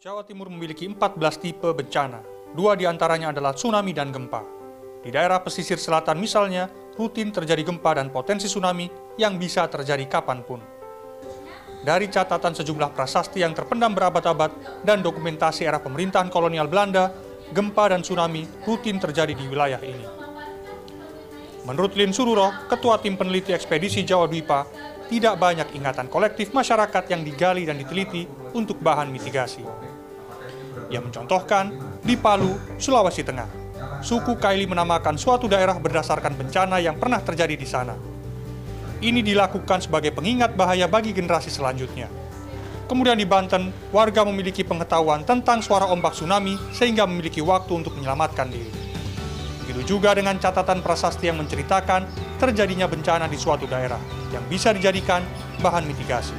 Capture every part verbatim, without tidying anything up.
Jawa Timur memiliki empat belas tipe bencana, dua diantaranya adalah tsunami dan gempa. Di daerah pesisir selatan misalnya, rutin terjadi gempa dan potensi tsunami yang bisa terjadi kapanpun. Dari catatan sejumlah prasasti yang terpendam berabad-abad dan dokumentasi era pemerintahan kolonial Belanda, gempa dan tsunami rutin terjadi di wilayah ini. Menurut Lin Sururoh, Ketua Tim Peneliti Ekspedisi Jawa Dwipa, tidak banyak ingatan kolektif masyarakat yang digali dan diteliti untuk bahan mitigasi. Ia mencontohkan, di Palu, Sulawesi Tengah, suku Kaili menamakan suatu daerah berdasarkan bencana yang pernah terjadi di sana. Ini dilakukan sebagai pengingat bahaya bagi generasi selanjutnya. Kemudian di Banten, warga memiliki pengetahuan tentang suara ombak tsunami sehingga memiliki waktu untuk menyelamatkan diri. Begitu juga dengan catatan prasasti yang menceritakan terjadinya bencana di suatu daerah yang bisa dijadikan bahan mitigasi.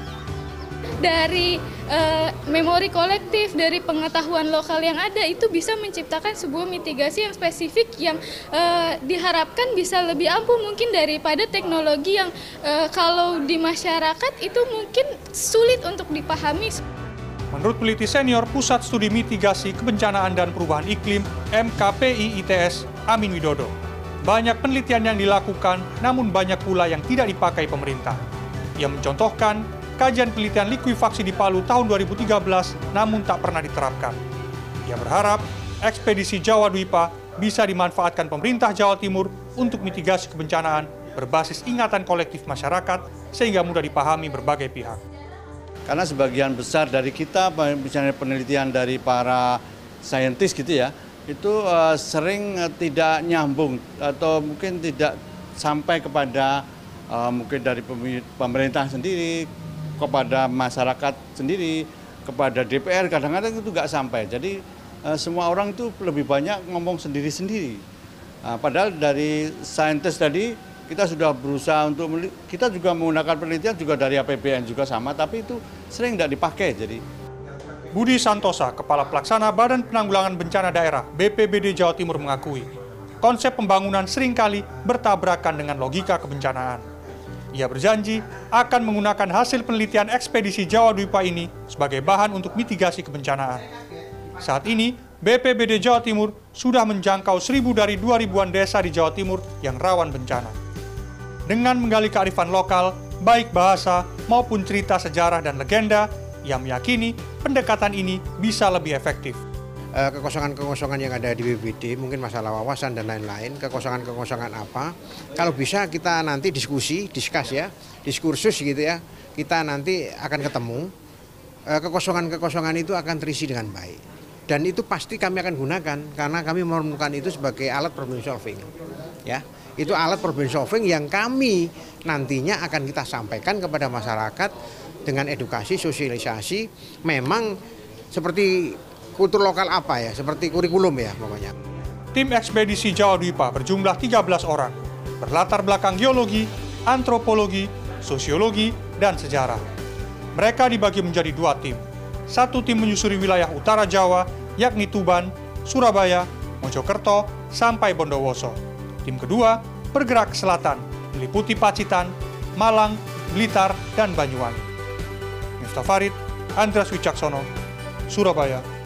Dari uh, memori kolektif, dari pengetahuan lokal yang ada, itu bisa menciptakan sebuah mitigasi yang spesifik yang uh, diharapkan bisa lebih ampuh mungkin daripada teknologi yang uh, kalau di masyarakat itu mungkin sulit untuk dipahami. Menurut peneliti senior Pusat Studi Mitigasi Kebencanaan dan Perubahan Iklim M K P I I T S, Amin Widodo, banyak penelitian yang dilakukan namun banyak pula yang tidak dipakai pemerintah. Ia mencontohkan kajian penelitian likuifaksi di Palu tahun dua ribu tiga belas namun tak pernah diterapkan. Ia berharap ekspedisi Jawa Dwipa bisa dimanfaatkan pemerintah Jawa Timur untuk mitigasi kebencanaan berbasis ingatan kolektif masyarakat sehingga mudah dipahami berbagai pihak. Karena sebagian besar dari kita, misalnya penelitian dari para saintis gitu ya, itu uh, sering uh, tidak nyambung atau mungkin tidak sampai kepada uh, mungkin dari pemerintah sendiri, kepada masyarakat sendiri, kepada D P R, kadang-kadang itu nggak sampai. Jadi uh, semua orang itu lebih banyak ngomong sendiri-sendiri. Uh, padahal dari saintis tadi, kita sudah berusaha untuk, kita juga menggunakan penelitian juga dari A P B N juga sama, tapi itu sering tidak dipakai. Jadi Budi Santosa, Kepala Pelaksana Badan Penanggulangan Bencana Daerah B P B D Jawa Timur mengakui, konsep pembangunan seringkali bertabrakan dengan logika kebencanaan. Ia berjanji akan menggunakan hasil penelitian ekspedisi Jawa Dwipa ini sebagai bahan untuk mitigasi kebencanaan. Saat ini, B P B D Jawa Timur sudah menjangkau seribu dari dua ribuan desa di Jawa Timur yang rawan bencana. Dengan menggali kearifan lokal, baik bahasa maupun cerita sejarah dan legenda, ia meyakini pendekatan ini bisa lebih efektif. Kekosongan-kekosongan yang ada di B P B D, mungkin masalah wawasan dan lain-lain, kekosongan-kekosongan apa, kalau bisa kita nanti diskusi, diskus ya, diskursus gitu ya, kita nanti akan ketemu, kekosongan-kekosongan itu akan terisi dengan baik. Dan itu pasti kami akan gunakan, karena kami menemukan itu sebagai alat problem solving. Ya, itu alat problem solving yang kami nantinya akan kita sampaikan kepada masyarakat dengan edukasi, sosialisasi, memang seperti kultur lokal apa ya, seperti kurikulum ya pokoknya. Tim ekspedisi Jawa Dwipa berjumlah tiga belas orang, berlatar belakang geologi, antropologi, sosiologi, dan sejarah. Mereka dibagi menjadi dua tim. Satu tim menyusuri wilayah utara Jawa, yakni Tuban, Surabaya, Mojokerto, sampai Bondowoso. Tim kedua bergerak ke selatan, meliputi Pacitan, Malang, Blitar, dan Banyuwangi. Miftah Farid, Andreas Wicaksono, Surabaya,